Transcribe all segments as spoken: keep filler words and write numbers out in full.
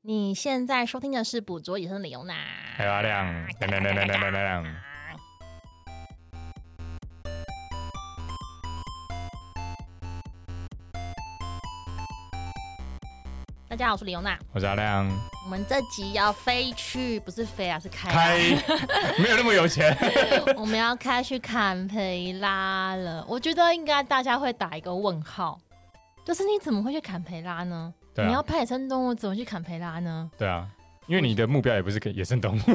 你现在收听的是《捕捉野生李优娜》， 还有阿亮，亮亮亮亮亮亮亮。 大家好，我是李优娜， 我是阿亮。 我们这集要飞去，不是飞啊，是开、啊。 开，没有那么有钱。 我们要开去坎培拉了。我觉得应该大家会打一个问号，就是你怎么会去坎培拉呢？啊、你要拍野生动物，怎么去坎培拉呢？ 对啊，因为你的目标也不是野生动物。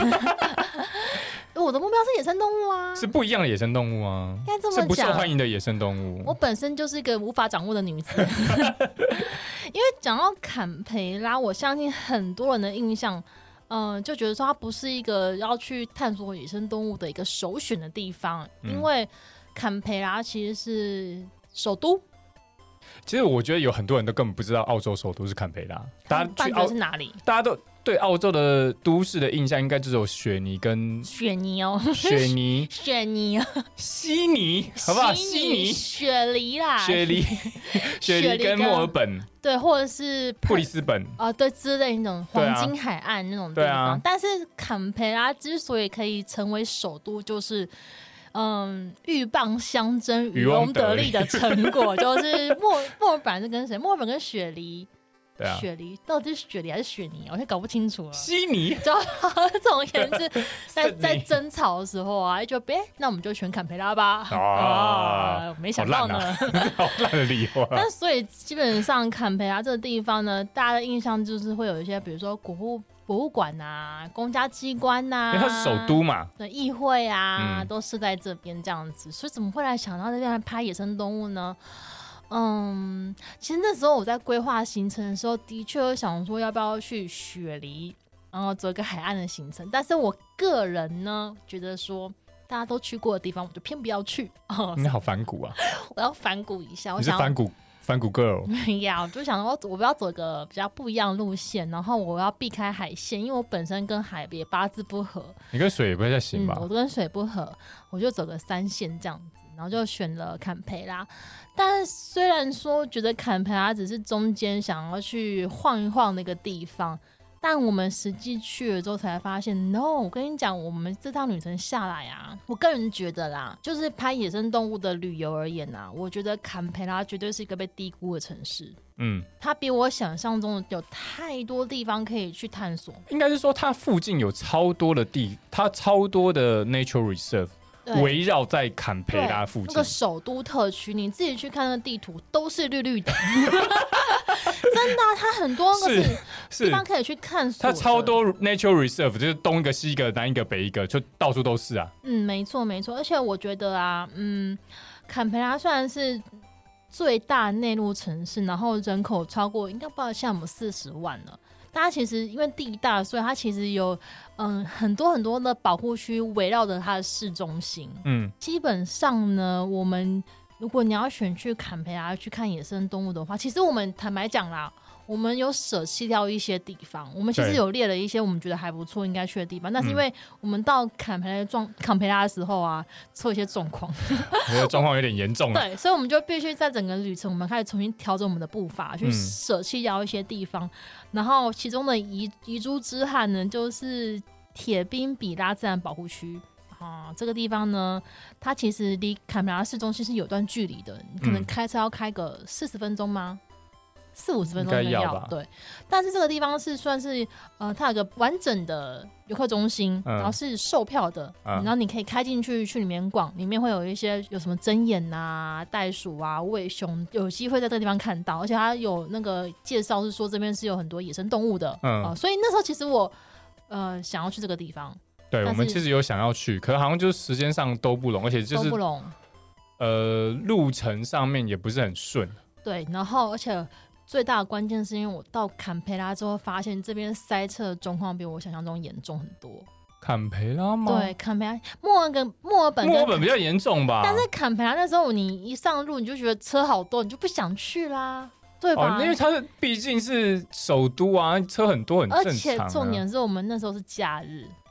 我的目标是野生动物啊， 是不一样的野生动物啊， 应该这么讲， 是不受欢迎的野生动物。 我本身就是一个无法掌握的女子，因为讲到坎培拉，我相信很多人的印象，嗯、呃，就觉得说它不是一个要去探索野生动物的一个首选的地方，嗯、因为坎培拉其实是首都。 其实我觉得有很多人都根本不知道澳洲首都是坎培拉，大家去澳是哪里？ 大家都对澳洲的都市的印象应该只有雪梨跟雪梨哦， 雪梨、 雪梨、 悉尼，好不好？悉尼、 雪梨啦， 雪梨、雪梨跟墨尔本， 对，或者是布里斯本啊、呃，对，之类那种黄金海岸那种地方。啊、但是坎培拉之所以可以成为首都，就是嗯，鹬蚌相争，渔翁得利的成果，就是墨墨尔本是跟谁？墨尔本跟雪梨。 对啊， 雪梨到底是雪梨还是雪泥？我现在搞不清楚了。 悉尼， 就总而言之，在在争吵的时候啊，就别，那我们就选坎培拉吧。 哦， 哦没想到呢， 好烂的理由啊！ 但所以基本上坎培拉这个地方呢，大家的印象就是会有一些，比如说国物博物馆啊、公家机关呐、啊， 因为它是首都嘛， 对，议会啊， 嗯、 都是在这边这样子。所以怎么会来想到这边来拍野生动物呢？嗯，其实那时候我在规划行程的时候，的确有想说要不要去雪梨，然后走一个海岸的行程。但是我个人呢，觉得说大家都去过的地方，我就偏不要去。哦， 你好反骨啊！ 我要反骨一下，我想你是反骨反骨 girl。 没有，我就想说，我不要走一个比较不一样的路线，然后我要避开海线，因为我本身跟海也八字不合。 你跟水也不太行吧？ 嗯，我都跟水不合，我就走个三线这样子。然后就选了坎培拉，但虽然说觉得坎培拉只是中间想要去晃一晃的一个地方，但我们实际去了之后才发现 ，no， 我跟你讲，我们这趟旅程下来啊，我个人觉得啦，就是拍野生动物的旅游而言啊，我觉得坎培拉绝对是一个被低估的城市。嗯，它比我想象中的有太多地方可以去探索。 应该是说，它附近有超多的地，它超多的 nature reserve。围绕在坎培拉附近， 那个首都特区，你自己去看那个地图，都是绿绿的。真的、啊，它很多个是地方可以去看索。 它超多 nature reserve， 就是东一个、西一个、南一个、北一个，就到处都是啊。 嗯，没错没错。而且我觉得啊，嗯，坎培拉虽然是最大内陆城市，然后人口超过应该不知道现在有没有四十万了。大家其实因为地大，所以它其实有嗯很多很多的保护区围绕着它的市中心。嗯，基本上呢，我们如果你要选去坎培拉去看野生动物的话，其实我们坦白讲啦，我们有舍弃掉一些地方，我们其实有列了一些我们觉得还不错应该去的地方，但是因为我们到坎培拉状坎培拉的时候啊，出一些状况， 状况有点严重了。 对，所以我们就必须在整个旅程，我们开始重新调整我们的步伐，去舍弃掉一些地方。嗯、然后其中的遗遗珠之憾呢，就是铁宾比拉自然保护区。啊，这个地方呢，它其实离坎培拉市中心是有段距离的，你可能开车要开个四十分钟吗？四五十分钟应该要吧，对。但是这个地方是算是呃，它有个完整的游客中心，嗯、然后是售票的，嗯、然后你可以开进去去里面逛，里面会有一些有什么针眼啊、袋鼠啊、尾熊，有机会在这个地方看到，而且它有那个介绍是说这边是有很多野生动物的，嗯、呃，所以那时候其实我呃想要去这个地方。 对，我们其实有想要去，可是好像就是时间上都不拢，而且就是都不拢， 呃，路程上面也不是很顺。 对，然后而且最大的关键是因为我到坎培拉之后，发现这边塞车的状况比我想象中严重很多。 坎培拉吗？ 对，坎培拉、墨尔跟墨尔本、 墨尔本比较严重吧。 但是坎培拉那时候，你一上路你就觉得车好多，你就不想去啦。对吧？ 哦、因为它毕竟是首都啊，车很多很正常、啊。 而且重点是我们那时候是假日。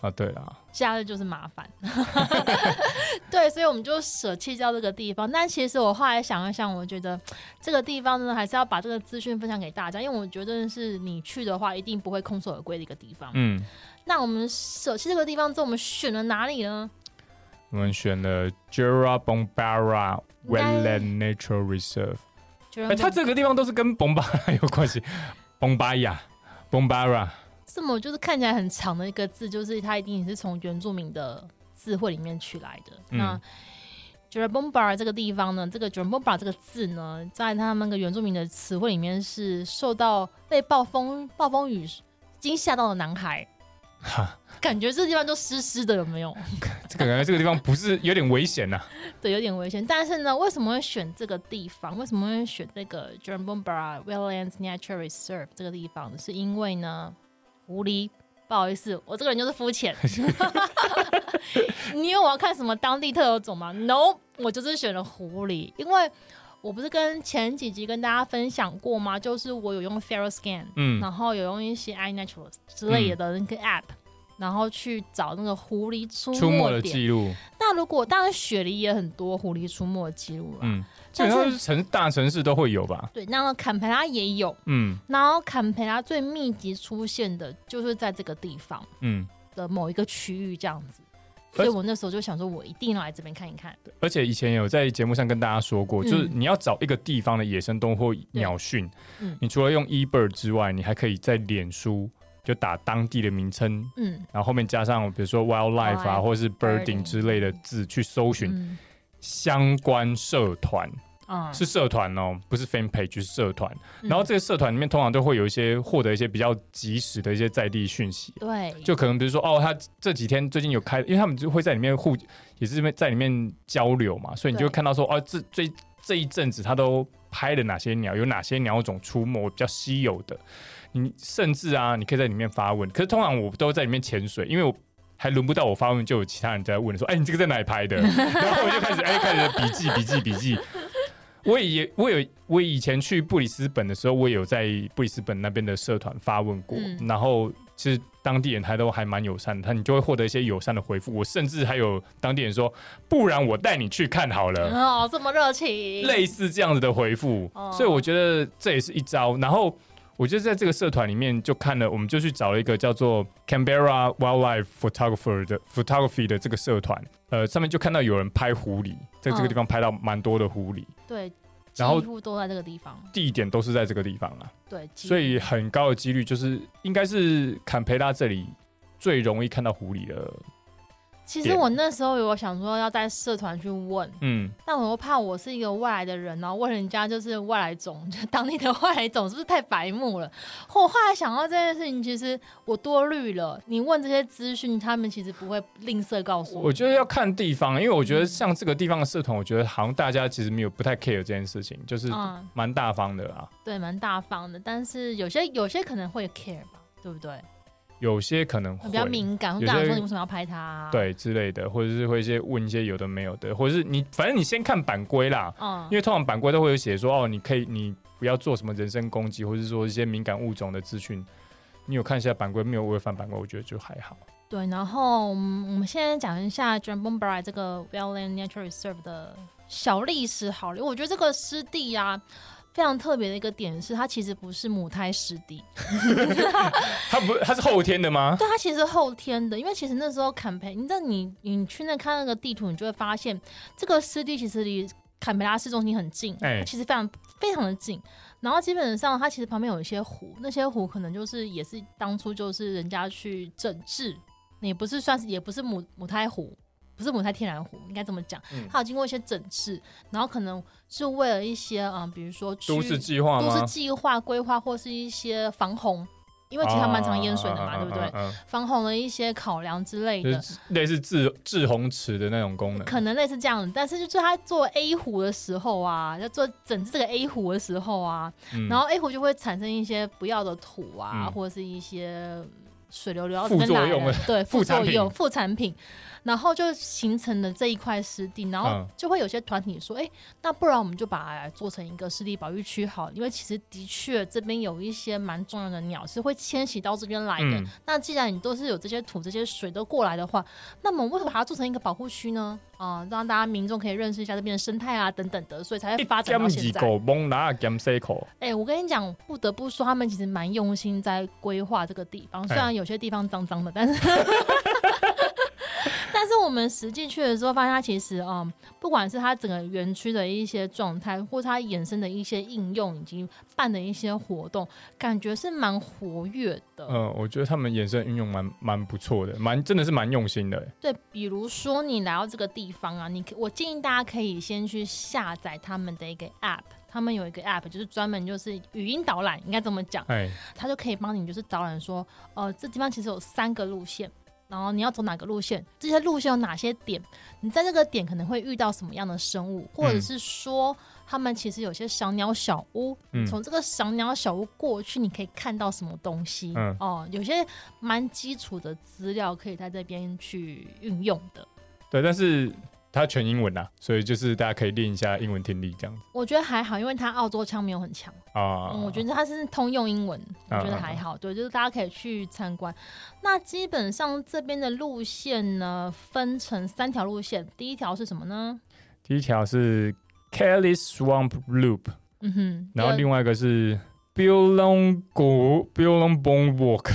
啊，对啦， 假日就是麻烦。对，所以我们就舍弃掉这个地方。但其实我后来想一想，我觉得这个地方呢，还是要把这个资讯分享给大家，因为我觉得是你去的话，一定不会空手而归的一个地方。嗯，那我们舍弃这个地方之后，我们选了哪里呢？ 我们选了 Jurra-Bongbarra Wetland Nature Reserve。哎，它这个地方都是跟 Bongbarra 有关系。Bongbarra，Bongbarra。 这么就是看起来很长的一个字，就是它一定是从原住民的字汇里面取来的。嗯、那 Jurra-Bongbarra 这个地方呢，这个 Jurra-Bongbarra 这个字呢，在他们那个原住民的词汇里面是受到被暴风暴风雨惊吓到的男孩。感觉这地方就湿湿的，有没有？ 这个感觉这个地方不是有点危险啊？ 对，有点危险。但是呢，为什么会选这个地方？为什么会选这个 Jurra-Bongbarra Wetlands Nature Reserve 这个地方？是因为呢，狐狸。不好意思，我这个人就是肤浅。你以为我要看什么当地特有种吗 ？No， 我就是选了狐狸，因为我不是跟前几集跟大家分享过吗？就是我有用 Theroscan， 嗯，然后有用一些 iNaturalist 之类的那个 App，、嗯、然后去找那个狐狸出出没的记录。 那如果当然雪梨也很多狐狸出没的记录啦，嗯， 基本上是城大城市都会有吧？ 对，那个坎培拉也有，嗯，然后坎培拉最密集出现的就是在这个地方，嗯的某一个区域这样子。所以我那时候就想说，我一定要来这边看一看。 而且以前有在节目上跟大家说过，嗯、就是你要找一个地方的野生动物或鸟讯，嗯、你除了用 eBird 之外，你还可以在脸书就打当地的名称，嗯，然后后面加上比如说 wildlife 啊， Wildlife, 或是 birding 之类的字去搜寻相关社团。嗯、是社团哦，不是 fan page， 是社团。嗯、然后这个社团里面通常都会有一些获得一些比较及时的一些在地讯息。 对， 就可能比如说哦，他这几天最近有开，因为他们就会在里面互也是在里面交流嘛，所以你就会看到说哦，这这这一阵子他都拍了哪些鸟，有哪些鸟种出没比较稀有的。你甚至啊，你可以在里面发问，可是通常我都在里面潜水，因为我。还轮不到我发问，就有其他人在问说：“哎、欸，你这个在哪里拍的？”然后我就开始哎、欸，开始笔记笔记笔记。我也我有我以前去布里斯本的时候，我也有在布里斯本那边的社团发问过，嗯、然后其实当地人还都还蛮友善的，他你就会获得一些友善的回复。我甚至还有当地人说：“不然我带你去看好了。” 哦，这么热情， 类似这样子的回复，哦、所以我觉得这也是一招。然后。我觉得在这个社团里面就看了，我们就去找了一个叫做 Canberra Wildlife Photographer 的 Photography 的这个社团，呃，上面就看到有人拍狐狸，在这个地方拍到蛮多的狐狸， 对，然后几乎都在这个地方， 地点都是在这个地方啊， 对， 所以很高的几率就是应该是坎培拉这里最容易看到狐狸的。 其实我那时候有想说要在社团去问，嗯，但我又怕我是一个外来的人，然后问人家就是外来种，就当地的外来种，是不是太白目了？我后来想到这件事情，其实我多虑了。你问这些资讯，他们其实不会吝啬告诉我。 我觉得要看地方，因为我觉得像这个地方的社团，我觉得好像大家其实没有不太 care 这件事情，就是蛮大方的啦。嗯、 对，蛮大方的，但是有些有些可能会 care 吧，对不对？ 有些可能会比较敏感，会跟他说你为什么要拍他、啊， 对之类的，或者是会一些问一些有的没有的，或者是你反正你先看版规啦，嗯，因为通常版规都会有写说哦，你可以你不要做什么人身攻击，或者是说一些敏感物种的资讯，你有看一下版规，没有违反版规，我觉得就还好。 对，然后我们现在讲一下 Jurra-Bongbarra 这个 Wetland Nature Reserve 的小历史好了，我觉得这个湿地啊。非常特别的一个点是，它其实不是母胎湿地， 它不，它是后天的吗？ 对，它其实后天的，因为其实那时候坎培，你知道你你去那看那个地图，你就会发现这个湿地其实离坎培拉市中心很近，欸、其实非常非常的近。然后基本上它其实旁边有一些湖，那些湖可能就是也是当初就是人家去整治，也不是算是也不是母母胎湖。不是母胎天然湖，应该这么讲，嗯、它有经过一些整治，然后可能是为了一些嗯，比如说都市计划、 都市计划规划，或是一些防洪，因为其实它蛮常淹水的嘛，啊、对不对？啊啊啊、防洪的一些考量之类的， 类似治治洪池的那种功能， 可能类似这样的。但是就是它做 A 湖的时候啊，要做整治这个 A 湖的时候啊，嗯、然后 A 湖就会产生一些不要的土啊，嗯、或者是一些。 水流流到这边来了，对，副作用、副产品。然后就形成了这一块湿地，然后就会有些团体说，哎、嗯，那不然我们就把它做成一个湿地保育区好了，因为其实的确这边有一些蛮重要的鸟是会迁徙到这边来的、嗯。那既然你都是有这些土、这些水都过来的话，那么为什么把它做成一个保护区呢？啊、呃，让大家民众可以认识一下这边的生态啊，等等的，所以才会发展到现在。哎、欸，我跟你讲，不得不说，他们其实蛮用心在规划这个地方，虽然有些地方脏脏的，但是。但是我们实际去的时候，发现它其实，嗯，不管是它整个园区的一些状态，或是它衍生的一些应用，以及办的一些活动，感觉是蛮活跃的。 嗯，我觉得他们衍生运用蛮蛮不错的，蛮真的是蛮用心的。 对，比如说你来到这个地方啊，你我建议大家可以先去下载他们的一个 App。他们有一个 app， 就是专门就是语音导览，应该这么讲，它就可以帮你就是导览说，呃，这地方其实有三个路线。然后你要走哪个路线？这些路线有哪些点？你在这个点可能会遇到什么样的生物，或者是说，他们其实有些赏鸟小屋，嗯、从这个赏鸟小屋过去，你可以看到什么东西？嗯、哦，有些蛮基础的资料可以在这边去运用的。 对，但是它全英文啦，所以就是大家可以练一下英文听力这样子。 我觉得还好，因为它澳洲腔没有很强啊、嗯。我觉得它是通用英文，我觉得还好。啊、对，就是大家可以去参观。那基本上这边的路线呢，分成三条路线。第一条是什么呢？ 第一条是 Kelly's Swamp Loop， 嗯哼，然后另外一个是 Billabong Billabong Walk。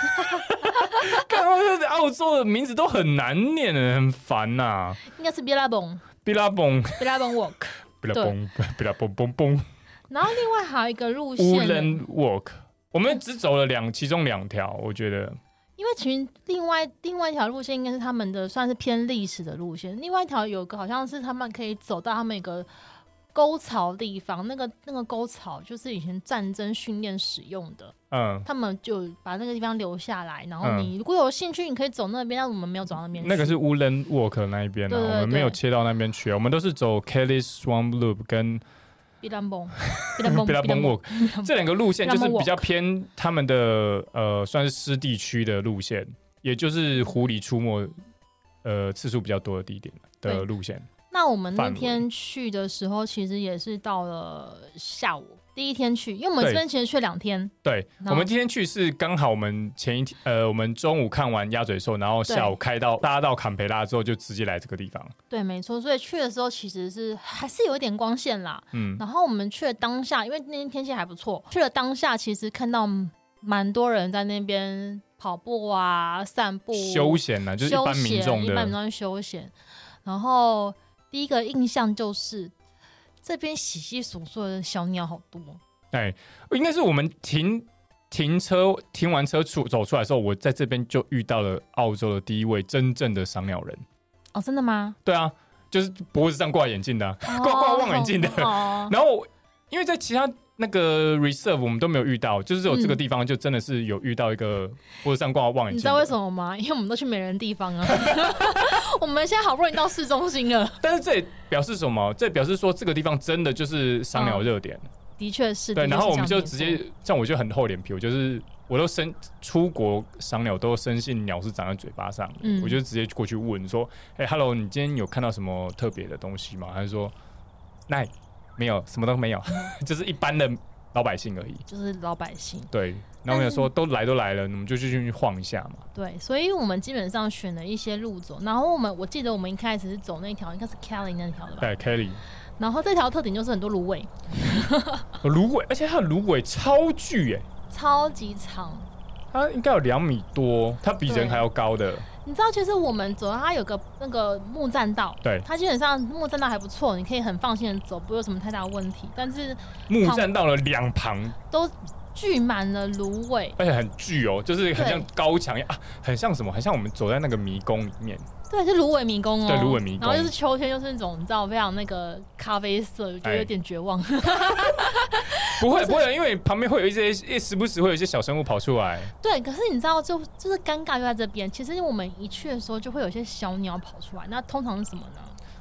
澳洲的名字都很难念，很烦呐、啊。 应该是 Billabong Billabong Billabong Walk Billabong Billabong Bong Bong。 然后另外还有一个路线 Woodland Walk， 我们只走了两，其中两条，我觉得。 因为其实另外另外一条路线应该是他们的算是偏历史的路线，另外一条有个好像是他们可以走到他们一个沟槽地方，那个那个沟槽就是以前战争训练使用的。嗯，他们就把那个地方留下来，然后你如果有兴趣，你可以走那边，但我们没有走到那边去。 那个是 Woodland Walk 那一边、啊，我们没有切到那边去，我们都是走 Kelly's Swamp Loop 跟 Billabong Billabong Walk 这两个路线，就是比较偏他们的呃算是湿地区的路线，也就是狐狸出没呃次数比较多的地点的路线。 那我们那天去的时候，其实也是到了下午。第一天去，因为我们这边其实去两天。 对，我们今天去是刚好我们前一天，呃，我们中午看完鸭嘴兽，然后下午开到搭到坎培拉之后，就直接来这个地方。 对，没错。所以去的时候其实是还是有一点光线啦。嗯。然后我们去了当下，因为那天天气还不错，去了当下其实看到蛮多人在那边跑步啊、散步、 休闲啊，就是一般民众的一般民众休闲。然后第一个印象就是。这边稀稀疏疏的小鸟好多， 哎，应该是我们停停车停完车出走出来的时候，我在这边就遇到了澳洲的第一位真正的赏鸟人。 哦，真的吗？ 对啊，就是脖子上挂眼镜的、啊，挂、哦、挂望远镜的。哦、然后因为在其他那个 reserve 我们都没有遇到，就是只有这个地方就真的是有遇到一个脖子上挂望远镜。 你知道为什么吗？因为我们都去没人地方啊。我们现在好不容易到市中心了， 但是这也表示什么？这表示说这个地方真的就是赏鸟热点。嗯、 的确是。 对，然后我们就直接，像我就很厚脸皮，我就是我都生出国赏鸟都深信鸟是长在嘴巴上，嗯、我就直接过去问说：“哎、欸、，Hello， 你今天有看到什么特别的东西吗？”还是说：“那没有，什么都没有，就是一般的老百姓而已。” 就是老百姓。 对。然后我们说都来都来了，我们就去去晃一下嘛。 对，所以我们基本上选了一些路走。然后我们我记得我们一开始是走那条，应该是 Kelly 那条的吧？ 对 ，Kelly。 然后这条特点就是很多芦苇， 芦苇，而且它的芦苇超巨哎， 超级长， 它应该有两米多，它比人还要高的。 你知道，其实我们走到它有个那个木栈道， 对， 它基本上木栈道还不错，你可以很放心的走，不会有什么太大的问题。但是木栈道的两旁都聚满了芦苇， 而且很巨哦，就是很像高墙一样啊，很像什么？很像我们走在那个迷宫里面。 对，是芦苇迷宫哦。 对，芦苇迷宫。 然后就是秋天，就是那种你知道非常那个咖啡色，觉得有点绝望。 不会不会，因为旁边会有一些，时不时会有一些小生物跑出来。 对，可是你知道，就就是尴尬就在这边。其实我们一去的时候，就会有一些小鸟跑出来。那通常是什么呢？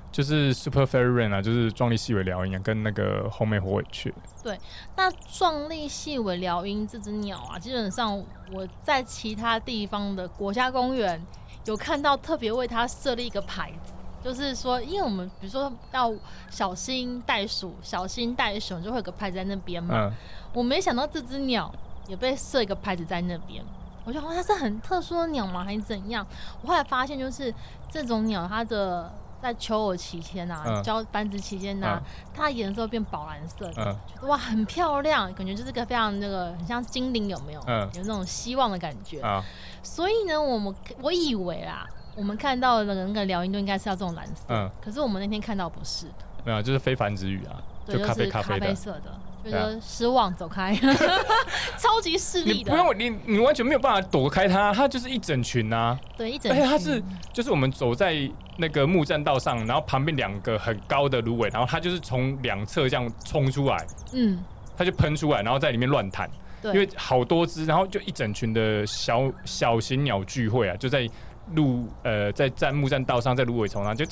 就是 Super Fairy Wren 啊，就是壮丽细尾鹩鹰啊，跟那个红眉火尾雀。 对，那壮丽细尾鹩鹰这只鸟啊，基本上我在其他地方的国家公园有看到特别为它设立一个牌子，就是说，因为我们比如说要小心袋鼠、小心袋熊，就会有个牌子在那边嘛。嗯、我没想到这只鸟也被设一个牌子在那边。我就说它是很特殊的鸟吗，还是怎样？我后来发现，就是这种鸟，它的在求偶期间啊，嗯、交繁殖期间啊，嗯、它的颜色变宝蓝色的，嗯、觉得哇很漂亮，感觉就是个非常那个很像精灵，有没有？嗯、有那种希望的感觉。嗯、所以呢，我们我以为啦，我们看到的那个鹩鹰都应该是要这种蓝色，嗯、可是我们那天看到不是， 没有，就是非繁殖羽啊，就咖啡咖啡的， 咖啡色的。就说失望，走开，超级势利的。 你不用你，你完全没有办法躲开它，它就是一整群啊。 对，一整群。 而且它是，就是我们走在那个木栈道上，然后旁边两个很高的芦苇，然后它就是从两侧这样冲出来，嗯，它就喷出来，然后在里面乱弹。对，因为好多只，然后就一整群的小小型鸟聚会啊，就在路呃在站木栈道上，在芦苇丛上就。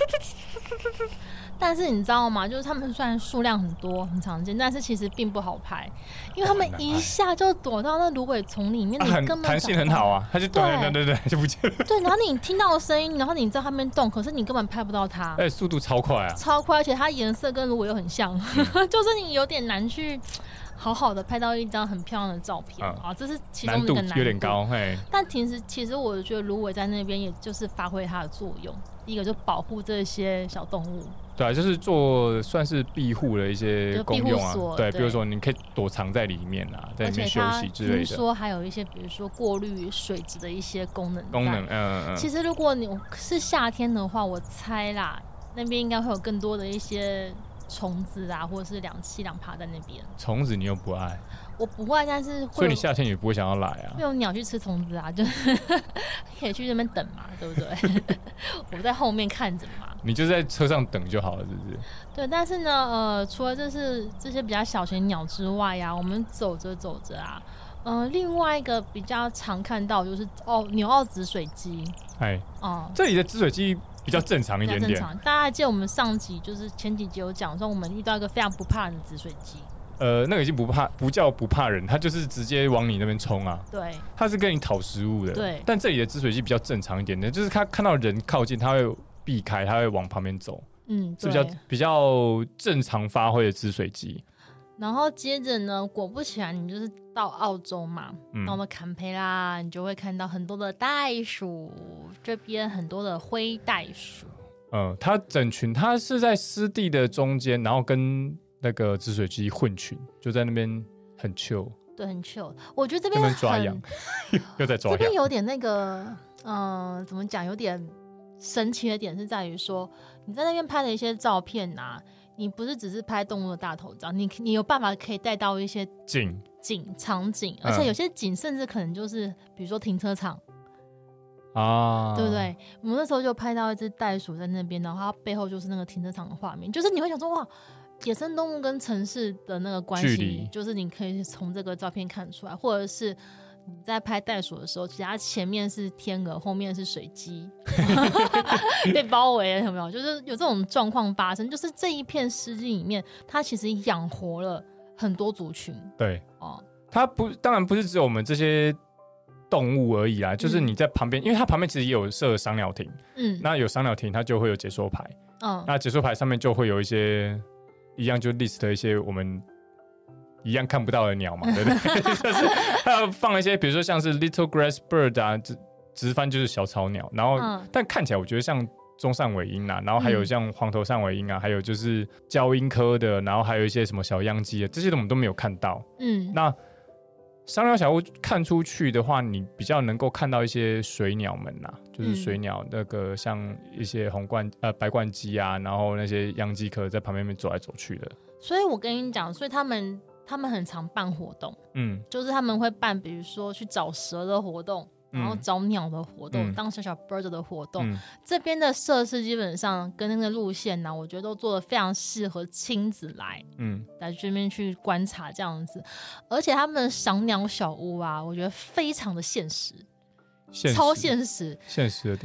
但是你知道吗？就是他们虽然数量很多很常见，但是其实并不好拍，因为他们一下就躲到那芦苇丛里面， 啊、 你根本弹性很好啊，他就对对对对就不见了。 对，然后你听到声音，然后你知道他们动，可是你根本拍不到它， 哎，速度超快啊， 超快，而且它颜色跟芦苇又很像，嗯、就是你有点难去好好的拍到一张很漂亮的照片、嗯、啊，这是其中的一个难度， 难度有点高。嘿， 但其实其实我觉得芦苇在那边也就是发挥它的作用，第一个就保护这些小动物。 对啊，就是做算是庇护的一些功用啊。对，比如说你可以躲藏在里面啊，在里面休息之类的。 听说还有一些，比如说过滤水质的一些功能。 功能，嗯嗯。 其实如果你是夏天的话，我猜啦，那边应该会有更多的一些虫子啊，或者是两栖两爬在那边。 虫子你又不爱？ 我不爱，但是会所以你夏天也不会想要来啊？ 会有鸟去吃虫子啊，就可以去那边等嘛，对不对？我在后面看着嘛。 你就在车上等就好了，是不是？ 对，但是呢，呃，除了这是这些比较小型鸟之外呀、啊，我们走着走着啊，呃，另外一个比较常看到就是哦，纽澳紫水鸡。哎， 哦、嗯，这里的紫水鸡比较正常一点点。 正常，大家还记得我们上集就是前几集有讲说，我们遇到一个非常不怕人的紫水鸡。 呃，那个已经不怕，不叫不怕人，它就是直接往你那边冲啊。 对， 它是跟你讨食物的。 对， 但这里的紫水鸡比较正常一点的，就是它看到人靠近，它会避开，它会往旁边走。嗯，是比较比较正常发挥的紫水鸡。 然后接着呢，果不其然，你就是到澳洲嘛，嗯、到了坎培拉，你就会看到很多的袋鼠，这边很多的灰袋鼠。 嗯，它整群，它是在湿地的中间，然后跟那个紫水鸡混群，就在那边很 chill。 对，很 chill。我觉得这边很抓痒，又在抓痒。 这边有点那个，嗯、呃，怎么讲？有点神奇的点是在于说，你在那边拍的一些照片啊，你不是只是拍动物的大头照，你你有办法可以带到一些景景场景，而且有些景甚至可能就是比如说停车场。啊，对不对？我们那时候就拍到一只袋鼠在那边，然后它背后就是那个停车场的画面，就是你会想说哇，野生动物跟城市的那个关系，就是你可以从这个照片看出来，或者是你在拍袋鼠的时候，其实它前面是天鹅，后面是水鸡，被包围了，有没有？就是有这种状况发生，就是这一片湿地里面，它其实养活了很多族群。 对，哦，它不，当然不是只有我们这些动物而已啦，就是你在旁边、嗯，因为它旁边其实也有设赏鸟亭，嗯，那有赏鸟亭，它就会有解说牌，嗯，那解说牌上面就会有一些一样就 list 一些我们一样看不到的鸟嘛，对不对？就是它要放一些，比如说像是 little grass bird 啊，直直翻就是小草鸟，然后、嗯、但看起来我觉得像中扇尾鹰啊，然后还有像黄头扇尾鹰啊，还有就是鹪鹰科的，然后还有一些什么小秧鸡的，这些我们都没有看到，嗯，那。赏鸟小屋看出去的话，你比较能够看到一些水鸟们呐、啊，就是水鸟那个像一些红冠呃白冠鸡啊，然后那些秧鸡科在旁边走来走去的。 所以我跟你讲，所以他们他们很常办活动，嗯，就是他们会办，比如说去找蛇的活动。然后找鸟的活动、嗯、当小小 bird 的活动、嗯、这边的设施基本上跟那个路线呢、啊，我觉得都做得非常适合亲子来嗯，来这边去观察这样子，而且他们的赏鸟小屋啊，我觉得非常的现实， 现实超现实， 现实的点呢，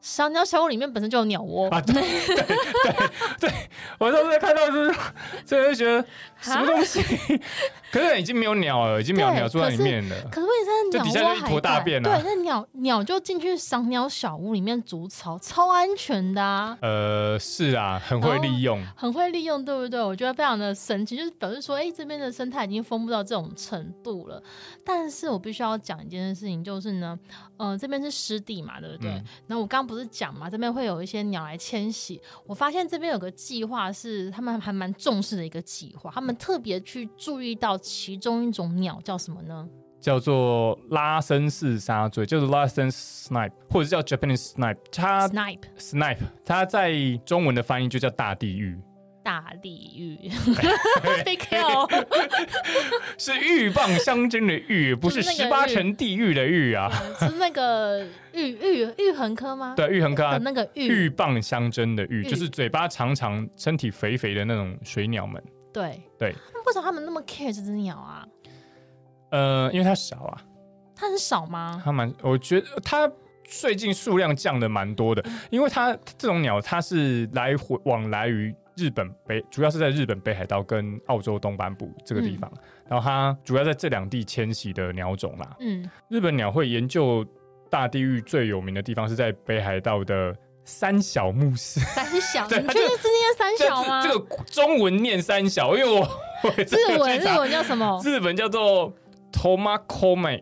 赏鸟小屋里面本身就有鸟窝啊，对对对对，我当时看到是，真的就觉得什么东西，可是已经没有鸟了，已经没有鸟住在里面了。 可是问题是， 鸟窝还在，对， 那鸟鸟就进去赏鸟小屋里面筑巢，超安全的啊。 呃，是啊，很会利用， 很会利用，对不对？我觉得非常的神奇，就是表示说，哎，这边的生态已经丰富到这种程度了。但是我必须要讲一件事情，就是呢，呃，这边是湿地嘛，对不对？嗯、然后我刚刚不是讲嘛，这边会有一些鸟来迁徙。我发现这边有个计划是他们还蛮重视的一个计划，他们特别去注意到其中一种鸟叫什么呢？ 叫做拉森氏沙锥，就是 Larsen snipe， 或者叫 Japanese snipe。它 snipe snipe， 它在中文的翻译就叫大地狱。 大地狱被 kill 是鹬蚌相争的鹬，不是十八层地狱的狱啊， 是那个鹬鹬鹬鸻科吗？ 对，鹬鸻科、啊、 那个鹬蚌相争的鹬，就是嘴巴长长、身体肥肥的那种水鸟们。 对对， 为什么他们那么 care 这只鸟啊？ 呃，因为它少啊。 它很少吗？ 它蛮，我觉得它最近数量降的蛮多的，因为它这种鸟它是来回往来于日本北，主要是在日本北海道跟澳洲东半部这个地方，嗯、然后它主要在这两地迁徙的鸟种啦。嗯，日本鸟会研究大地狱最有名的地方是在北海道的三小牧寺。 三小，你确定是念三小吗？ 这个中文念三小，因为我我日文日文叫什么？ 日本叫做 Tomakomai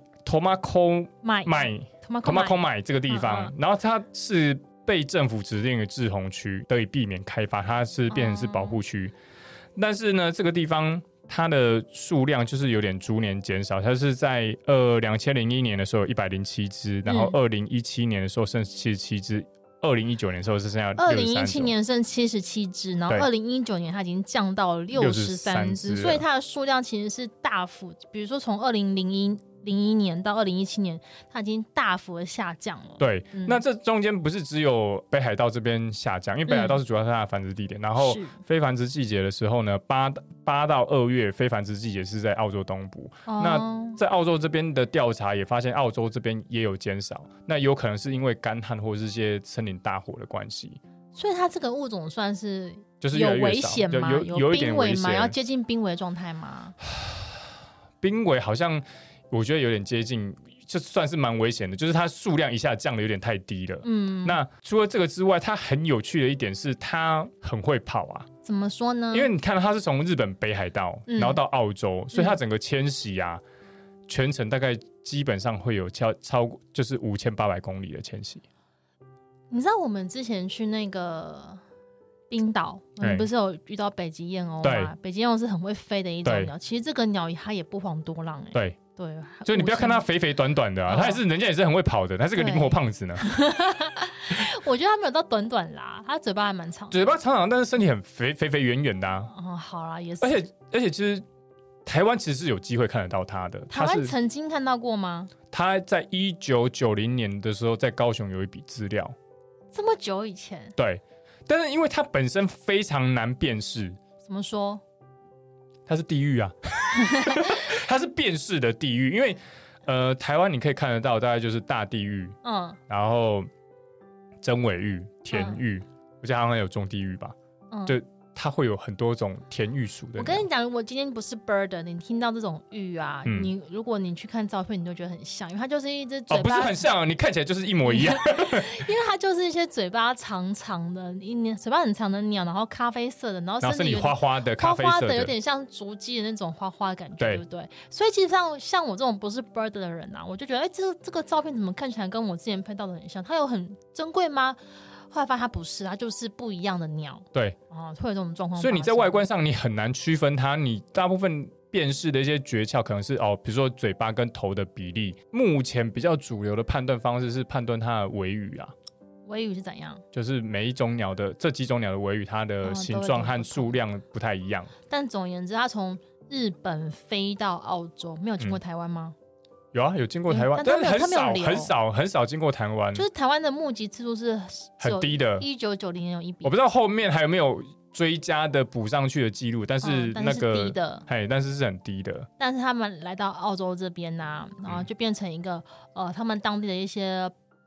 Tomakomai Tomakomai 这个地方，嗯嗯然后它是被政府指定的滞洪区，得以避免开发，它是变成是保护区。哦、但是呢，这个地方它的数量就是有点逐年减少，它是在呃两千零一年的时候有一百零七只，然后二零一七年的时候剩七十七只。二零一九年的时候是剩下二零一七年剩七十七只，然后二零一九年它已经降到了六十三只，所以它的数量其实是大幅，比如说从二零零一零一年到二零一七年，它已经大幅的下降了。 对，嗯、那这中间不是只有北海道这边下降，因为北海道是主要是它的繁殖地点，嗯、然后非繁殖季节的时候呢，八八到二月非繁殖季节是在澳洲东部。哦、那在澳洲这边的调查也发现，澳洲这边也有减少，那有可能是因为干旱或者是一些森林大火的关系。 所以它这个物种算是就是有危险吗？ 有有一点危险吗？要接近濒危状态吗？ 濒危好像。我觉得有点接近，就算是蛮危险的，就是它数量一下降的有点太低了。嗯，那除了这个之外，它很有趣的一点是，它很会跑啊。 怎么说呢？ 因为你看到它是从日本北海道，嗯、然后到澳洲，所以它整个迁徙啊，嗯、全程大概基本上会有超超过就是五千八百公里的迁徙。 你知道我们之前去那个冰岛，我们不是有遇到北极燕鸥吗？北极燕鸥是很会飞的一种鸟，其实这个鸟它也不遑多让、欸。 对。 对， 所以你不要看它肥肥短短的啊，它、哦、也是人家也是很会跑的，它是个灵活胖子呢。 我觉得它没有到短短啦，它嘴巴还蛮长的， 嘴巴长长，但是身体很肥肥肥圆圆的啊。 哦，好啦，也是。 而且而且，其实台湾其实是有机会看得到它的。 台湾曾经看到过吗？ 它在一九九零年的时候，在高雄有一笔资料。 这么久以前？ 对，但是因为它本身非常难辨识。 怎么说？ 它是地狱啊。它是辨识的地狱，因为呃，台湾你可以看得到，大概就是大地狱，嗯，然后真尾玉、田玉，嗯、我记得好像有种地狱吧，嗯，就它会有很多种田玉属的。 我跟你讲，如果今天不是 bird， 你听到这种玉啊，嗯、你如果你去看照片，你就觉得很像，因为它就是一只嘴巴， 哦，不是很像，你看起来就是一模一样， 因为它就是一些嘴巴长长的，一嘴巴很长的鸟，然后咖啡色的，然后身体花花的，咖啡色的， 花花的，有点像竹鸡的那种花花的感觉，对不对？所以基本上像我这种不是 bird 的人啊，我就觉得，哎，这这个照片怎么看起来跟我之前拍到的很像？它有很珍贵吗？后来发现它不是，它就是不一样的鸟。 对， 哦，会有这种状况。 所以你在外观上你很难区分它，你大部分辨识的一些诀窍可能是哦，比如说嘴巴跟头的比例。目前比较主流的判断方式是判断它的尾羽啊。 尾羽是怎样？ 就是每一种鸟的这几种鸟的尾羽，它的形状和数量不太一样。哦、 但总而言之，它从日本飞到澳洲，没有经过台湾吗？ 嗯有啊，有经过台湾，但是很少很少很少经过台湾。 就是台湾的目击次数是很低的， 一九九零年有一笔， 我不知道后面还有没有追加的补上去的记录，但是那个、 嗯、低的， 嘿，但是是很低的。 但是他们来到澳洲这边啊，然后就变成一个、嗯、呃，他们当地的一些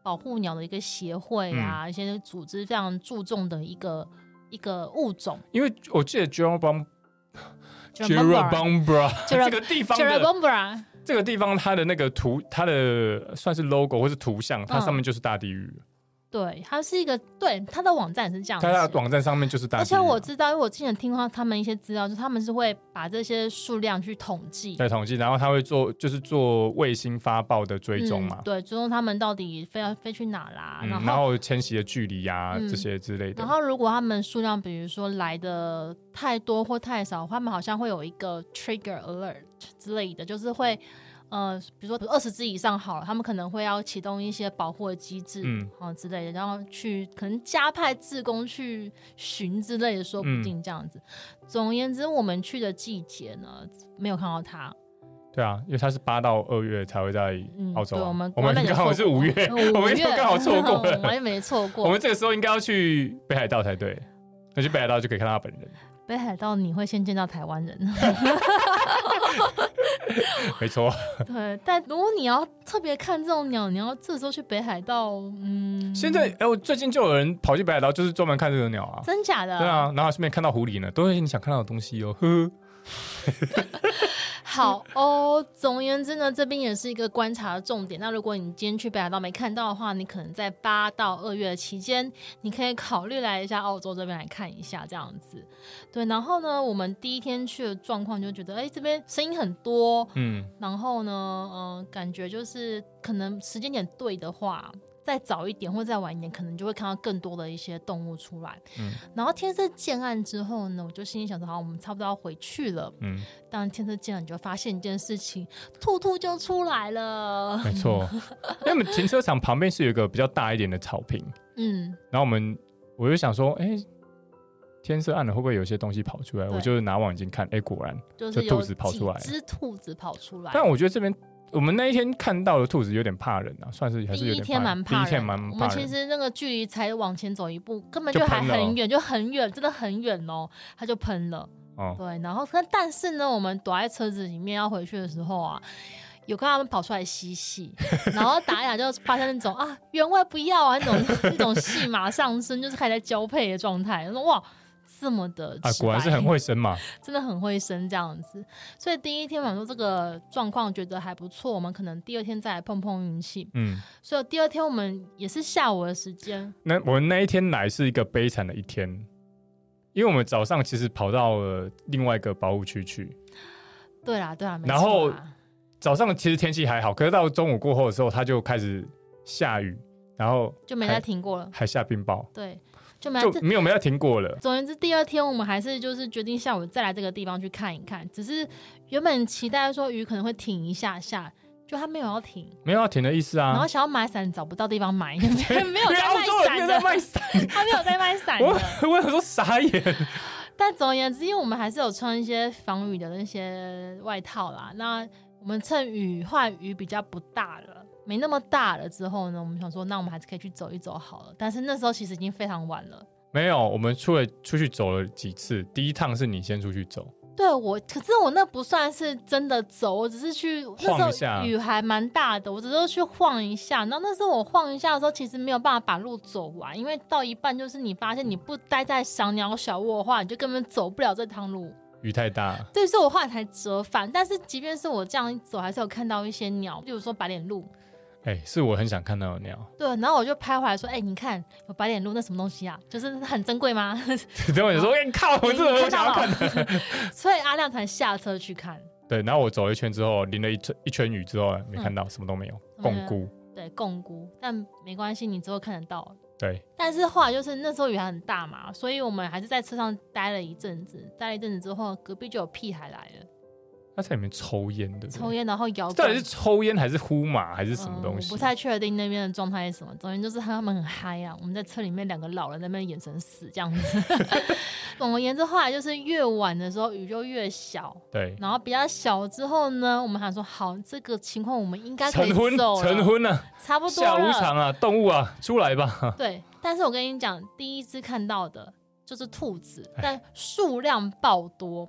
保护鸟的一个协会啊，嗯、一些组织非常注重的一个一个物种。 因为我记得 Jerabomba Jerabomba 这个地方的 Jerabomba 这个地方它的那个图，它的算是 logo 或是图像，它上面就是大地狱。嗯对，它是一个，对，它的网站也是这样子， 它的网站上面就是大地狱。 而且我知道，因为我之前听过他们一些资料，就是他们是会把这些数量去统计， 对，统计，然后他会做，就是做卫星发报的追踪嘛、嗯， 对，追踪他们到底飞要飞去哪啦， 嗯、 然后然后迁徙的距离啊、嗯、这些之类的。 然后如果他们数量，比如说来的太多或太少，他们好像会有一个 trigger alert 之类的，就是会。呃，比如说二十只以上好了，他们可能会要启动一些保护的机制，嗯，哦之类的，然后去可能加派志工去巡之类的，说不定这样子。嗯、总而言之，我们去的季节呢，没有看到它。 对啊，因为它是八到二月才会在澳洲、啊嗯。对， 我们我们刚好是五月，我们刚好错过了， 我也没错过。 我们这个时候应该要去北海道才对，那去北海道就可以看到他本人。 北海道你会先见到台湾人。 没错， 对，但如果你要特别看这种鸟，你要这时候去北海道，嗯， 现在哎，我最近就有人跑去北海道，就是专门看这个鸟啊， 真假的？ 对啊，然后顺便看到狐狸呢，都是你想看到的东西哦，呵呵。 好哦，总而言之呢，这边也是一个观察的重点。那如果你今天去北海道没看到的话，你可能在八到二月的期间，你可以考虑来一下澳洲这边来看一下这样子。对，然后呢，我们第一天去的状况就觉得，哎，这边声音很多，嗯，然后呢，呃，感觉就是可能时间点对的话。再早一点或再晚一点，可能就会看到更多的一些动物出来。嗯，然后天色渐暗之后呢，我就心里想说，好，我们差不多要回去了。嗯，当天色渐暗，你就发现一件事情，兔兔就出来了。 没错，因为我们停车场旁边是有一个比较大一点的草坪。嗯，然后我们我就想说，哎、欸，天色暗了，会不会有些东西跑出来？我就拿望远镜看，哎、欸，果然就兔子跑出来， 几只兔子跑出来。 但我觉得这边。我们那一天看到的兔子有点怕人啊，算是还是有点怕人。 第一天蛮怕人， 第一天蛮怕人。 我们其实那个距离才往前走一步，根本就还很远，就很远，真的很远哦，它就喷了。哦，对，然后但是呢，我们躲在车子里面要回去的时候啊，有看他们跑出来嬉戏，然后打一打就发现那种啊原味不要啊那种那种戏码上升，就是开始在交配的状态。我说哇。这么的啊， 果然是很会生嘛， 真的很会生这样子。所以第一天晚上说这个状况觉得还不错，我们可能第二天再来碰碰运气。嗯，所以第二天我们也是下午的时间。 那我们那一天来是一个悲惨的一天，因为我们早上其实跑到了另外一个保护区去。 对啦，对啦，没错啦。 然后早上其实天气还好，可是到中午过后的时候，它就开始下雨，然后就没再停过了， 还下冰雹。 对。 就没有没有没有停过了。 总而言之，第二天我们还是就是决定下午再来这个地方去看一看。只是原本期待说雨可能会停一下下，就他没有要停， 没有要停的意思啊。 然后想要买伞找不到地方买，没有在卖伞的，他没有在卖伞的。 我我想说傻眼。 但总而言之，因为我们还是有穿一些防雨的那些外套啦。那我们趁雨换雨比较不大了。没那么大了之后呢，我们想说，那我们还是可以去走一走好了。但是那时候其实已经非常晚了。 没有，我们出了出去走了几次。第一趟是你先出去走。 对我，可是我那不算是真的走，我只是去晃一下。 那时候雨还蛮大的，我只是去晃一下。然后那时候我晃一下的时候，其实没有办法把路走完，因为到一半就是你发现你不待在赏鸟小窝的话，你就根本走不了这趟路。 雨太大， 对，所以我后来才折返。但是即便是我这样一走，还是有看到一些鸟，例如说白脸鹭。 哎、欸，是我很想看到的鸟。 对，然后我就拍回来说：“哎、欸，你看有白脸鹭，那什么东西啊？就是很珍贵吗？” 等我说：“哎、欸，靠，我这我想要看的。” 所以阿亮才下车去看。 对，然后我走了一圈之后，淋了一一圈雨之后，没看到、嗯、什么都没有，共估。 对，共估，但没关系，你之后看得到。 对。但是后来就是那时候雨还很大嘛，所以我们还是在车上待了一阵子。待了一阵子之后，隔壁就有屁孩来了。 他在里面抽烟的， 抽烟然后摇， 到底是抽烟还是呼麻还是什么东西？ 嗯、我不太确定那边的状态是什么。总之就是他们很嗨啊，我们在车里面两个老人在那边眼神死这样子。总而言之，后来就是越晚的时候雨就越小， 对， 然后比较小之后呢，我们还说好，这个情况我们应该可以走了， 成婚了， 差不多了，下无常啊，动物啊，出来吧。 对，但是我跟你讲，第一次看到的就是兔子，但数量爆多。哦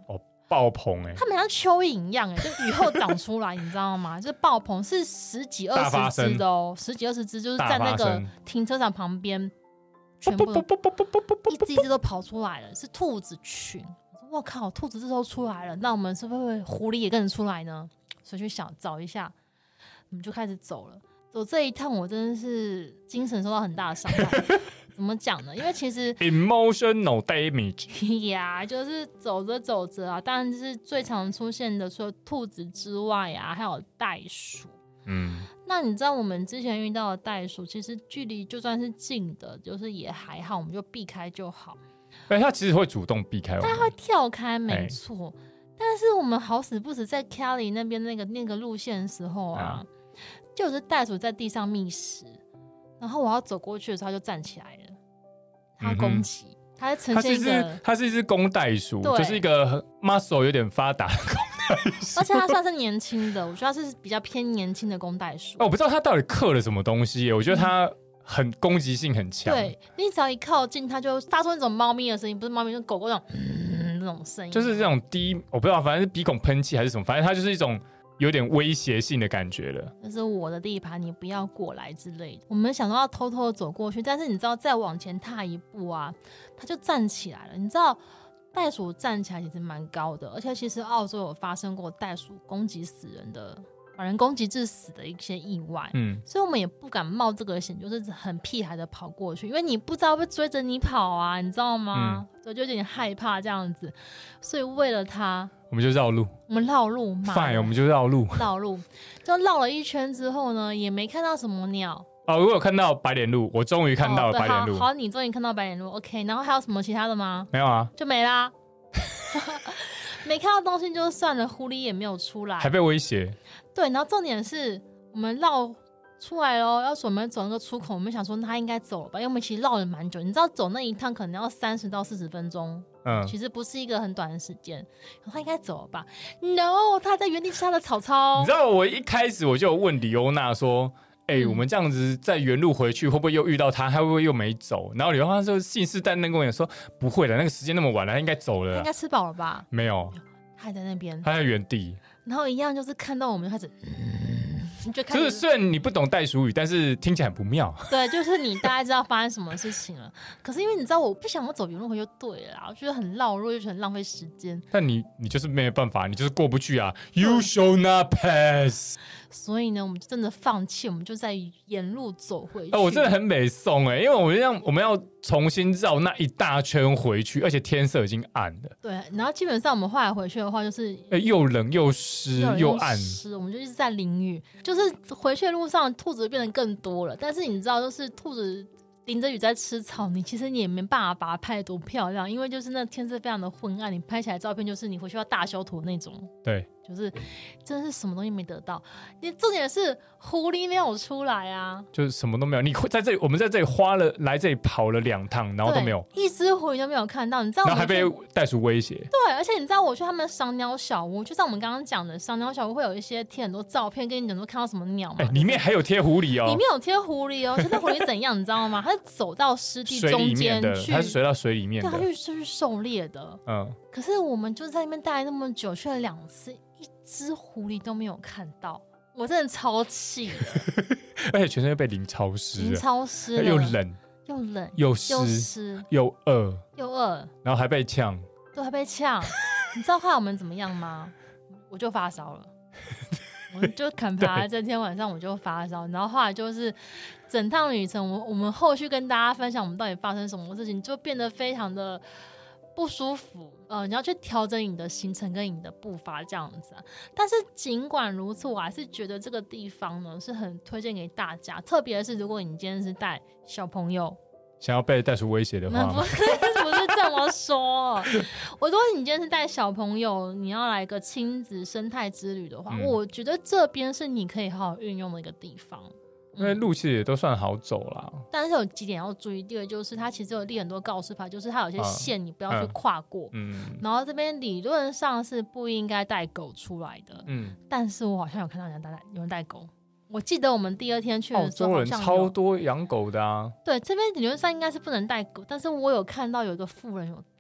爆棚哎、欸， 它们像蚯蚓一样哎、欸，就雨后长出来，你知道吗？就是爆棚，是十几二十只的哦，十几二十只，就是在那个停车场旁边，全部一只一只都跑出来了，是兔子群。我靠，兔子这时候出来了，那我们是不是狐狸也跟着出来呢？所以去想找一下，我们就开始走了。走这一趟，我真的是精神受到很大的伤害。怎么讲呢？因为其实 emotional damage 呀，就是走着走着啊，当然是最常出现的，除了兔子之外啊，还有袋鼠。嗯，那你知道我们之前遇到的袋鼠，其实距离就算是近的，就是也还好，我们就避开就好。 哎，它其实会主动避开我们， 它会跳开，没错。但是我们好死不死在 Cali 那边那个那个路线的时候啊，啊就是袋鼠在地上觅食，然后我要走过去的时候，它就站起来了，它攻击，嗯、它呈现一个， 它是一只公袋鼠，就是一个 muscle 有点发达的公袋鼠， 而且它算是年轻的，我觉得它是比较偏年轻的公袋鼠。 哦，我不知道它到底嗑了什么东西耶，我觉得它。嗯很攻击性很强， 对，你只要一靠近，它就发出那种猫咪的声音，不是猫咪，就是狗狗那种嗯那种声音， 就是这种低，我不知道，反正是鼻孔喷气还是什么，反正它就是一种有点威胁性的感觉了。 这是我的地盘，你不要过来之类的。我们想说要偷偷的走过去，但是你知道，再往前踏一步啊，它就站起来了。你知道，袋鼠站起来其实蛮高的，而且其实澳洲有发生过袋鼠攻击死人的。把人攻击致死的一些意外，嗯，所以我们也不敢冒这个险，就是很屁孩的跑过去，因为你不知道会追着你跑啊，你知道吗？嗯、所以就有点害怕这样子，所以为了他， 我们就绕路， 我们绕路 ，fine， 我们就绕路， 绕路，就绕了一圈之后呢，也没看到什么鸟。 哦，我有看到白脸鹿，我终于看到了白脸鹿、 哦。好，你终于看到白脸鹿 ，OK。然后还有什么其他的吗？ 没有啊， 就没啦。没看到东西就算了，狐狸也没有出来， 还被威胁。 对，然后重点是我们绕出来咯，要是我们走那个出口，我们想说他应该走了吧，因为我们其实绕了蛮久，你知道走那一趟可能要三十到四十分钟，嗯，其实不是一个很短的时间，他应该走了吧 ？No， 他在原地吃他的草草。 你知道我一开始我就有问李欧娜说。哎、欸，嗯、我们这样子在原路回去，会不会又遇到他？他会不会又没走？然后李欧娜就信誓旦旦跟我讲说，不会的，那个时间那么晚了，他应该走了。 他应该吃饱了吧？ 没有， 他还在那边， 他在原地。 然后一样就是看到我们就开始，嗯、就开始就是虽然你不懂袋鼠语，但是听起来很不妙。 对，就是你大概知道发生什么事情了。可是因为你知道，我不想要走原路回就对了啦，我觉得很绕路，又觉得很浪费时间。 但你你就是没有办法，你就是过不去啊。You shall not pass。 所以呢，我们就真的放弃，我们就在沿路走回去。 哦，我真的很美送哎，因为我们要我们要重新绕那一大圈回去，而且天色已经暗了。 对，然后基本上我们后来回去的话，就是哎又冷又湿又暗， 湿，我们就一直在淋雨。就是回去的路上，兔子变得更多了。但是你知道，就是兔子淋着雨在吃草，你其实你也没办法把它拍得多漂亮，因为就是那天色非常的昏暗，你拍起来照片就是你回去要大修图那种。 对。 就是真的是什么东西没得到，你重点是狐狸没有出来啊， 就是什么都没有。你在这里，我们在这里花了来这里跑了两趟，然后都没有一只狐狸都没有看到，你知道我？ 然后还被袋鼠威胁。 对，而且你知道我去他们赏鸟小屋，就像我们刚刚讲的，赏鸟小屋会有一些贴很多照片，跟你讲说看到什么鸟嘛。 哎、欸，里面还有贴狐狸哦， 里面有贴狐狸哦。现在狐狸怎样，你知道吗？它是走到湿地中间去， 它是水到水里面的， 对，它去去狩猎的。嗯，可是我们就在那边待那么久，去了两次。一只狐狸都没有看到，我真的超气的。 而且全身被淋超湿， 淋超湿， 又冷又冷又湿又饿又饿， 然后还被呛， 对，还被呛。你知道后来我们怎么样吗？我就发烧了，我就砍爬这天晚上我就发烧，然后后来就是整趟旅程，我我们后续跟大家分享我们到底发生什么事情，就变得非常的不舒服。呃，你要去调整你的行程跟你的步伐这样子、啊。但是尽管如此，我还是觉得这个地方呢是很推荐给大家，特别是如果你今天是带小朋友， 想要被袋鼠威胁的话， 不是不是这么说。我如果你今天是带小朋友，你要来个亲子生态之旅的话、嗯，我觉得这边是你可以好好运用的一个地方。 因为路其实也都算好走啦、 嗯，但是有几点要注意。第二就是它其实有立很多告示牌，就是它有些线你不要去跨过。嗯，然后这边理论上是不应该带狗出来的。嗯，但是我好像有看到人带有人带狗。我记得我们第二天去的时候， 澳洲人超多养狗的啊。 对，这边理论上应该是不能带狗，但是我有看到有一个妇人有带。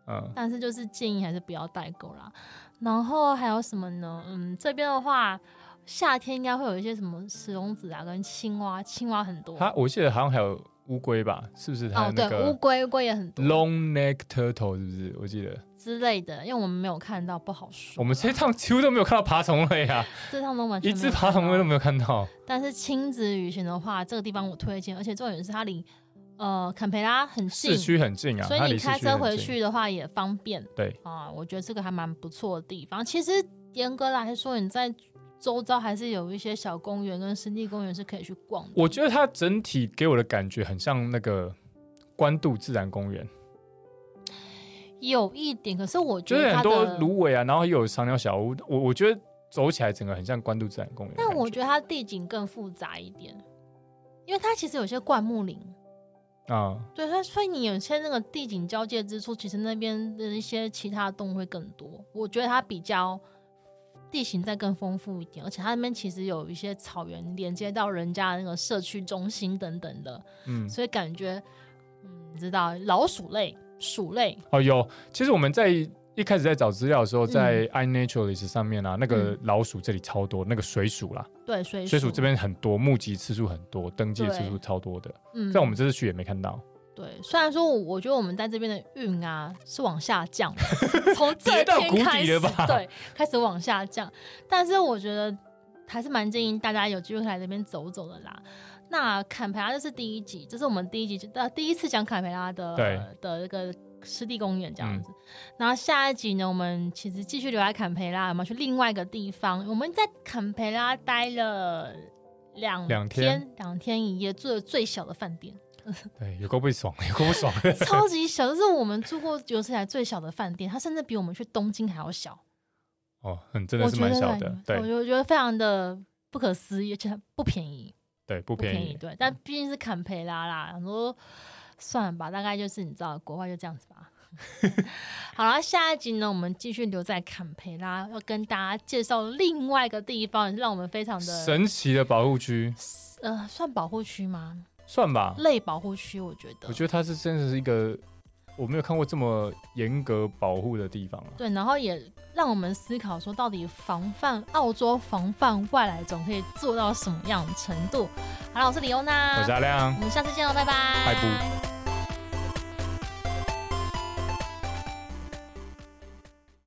嗯， 但是就是建议还是不要代购啦。然后还有什么呢？嗯，这边的话，夏天应该会有一些什么石龙子啊，跟青蛙，青蛙很多。 它我记得好像还有乌龟吧？是不是？它哦， 那个对，乌龟，乌龟也很多。 Long neck turtle 是不是？我记得之类的，因为我们没有看到，不好说。 我们这趟几乎都没有看到爬虫类啊， 这趟都完全一只爬虫类都没有看到。 但是亲子旅行的话，这个地方我推荐，而且重点是它离呃坎培拉很近， 市区很近啊， 所以你开车回去的话也方便。 对啊，我觉得这个还蛮不错的地方。其实严格来说，你在周遭还是有一些小公园跟湿地公园是可以去逛的。 我觉得它整体给我的感觉很像那个关渡自然公园， 有一点，可是我觉就是得它的很多芦苇啊，然后又有赏鸟小屋，我我觉得走起来整个很像关渡自然公园。 但我觉得它地景更复杂一点，因为它其实有些灌木林。 啊、嗯， 对，它所以你有些那个地景交界之处，其实那边的一些其他动物会更多。我觉得它比较地形再更丰富一点，而且它那边其实有一些草原连接到人家的那个社区中心等等的，嗯，所以感觉，嗯，你知道老鼠类、鼠类哦有，其实我们在一开始在找资料的时候，在 iNaturalist 上面啊，嗯、那个老鼠这里超多，那个水鼠啦， 对水鼠， 水鼠这边很多，目击次数很多，登记的次数超多的，嗯，但我们这次去也没看到。 对，虽然说我觉得我们在这边的运啊是往下降的，从这跌到谷天开始， 底了吧？ 对，开始往下降，但是我觉得还是蛮建议大家有机会来这边走走的啦。那坎培拉这是第一集，这是我们第一集呃第一次讲坎培拉的的那个湿地公园这样子。嗯、然后下一集呢，我们其实继续留在坎培拉，我们去另外一个地方。我们在坎培拉待了两两天两天一夜，住了最小的饭店。 对，有够不爽，有够不爽， 超级小，这是我们住过有史以来最小的饭店，它甚至比我们去东京还要小。 哦，很真的是蛮小的，对， 我觉得非常的不可思议，而且不便宜。 对，不便宜， 不便宜对，但毕竟是坎培拉啦，很多算了吧，大概就是你知道，国外就这样子吧。好了，下一集呢，我们继续留在坎培拉，要跟大家介绍另外一个地方，也是让我们非常的神奇的保护区。 呃，算保护区吗？ 算吧， 类保护区，我觉得。 我觉得它是真的是一个我没有看过这么严格保护的地方、啊、 对，然后也让我们思考说，到底防范澳洲防范外来种可以做到什么样的程度？好了，我是李欧娜， 我是阿亮， 我们下次见喽，拜拜， 拜拜。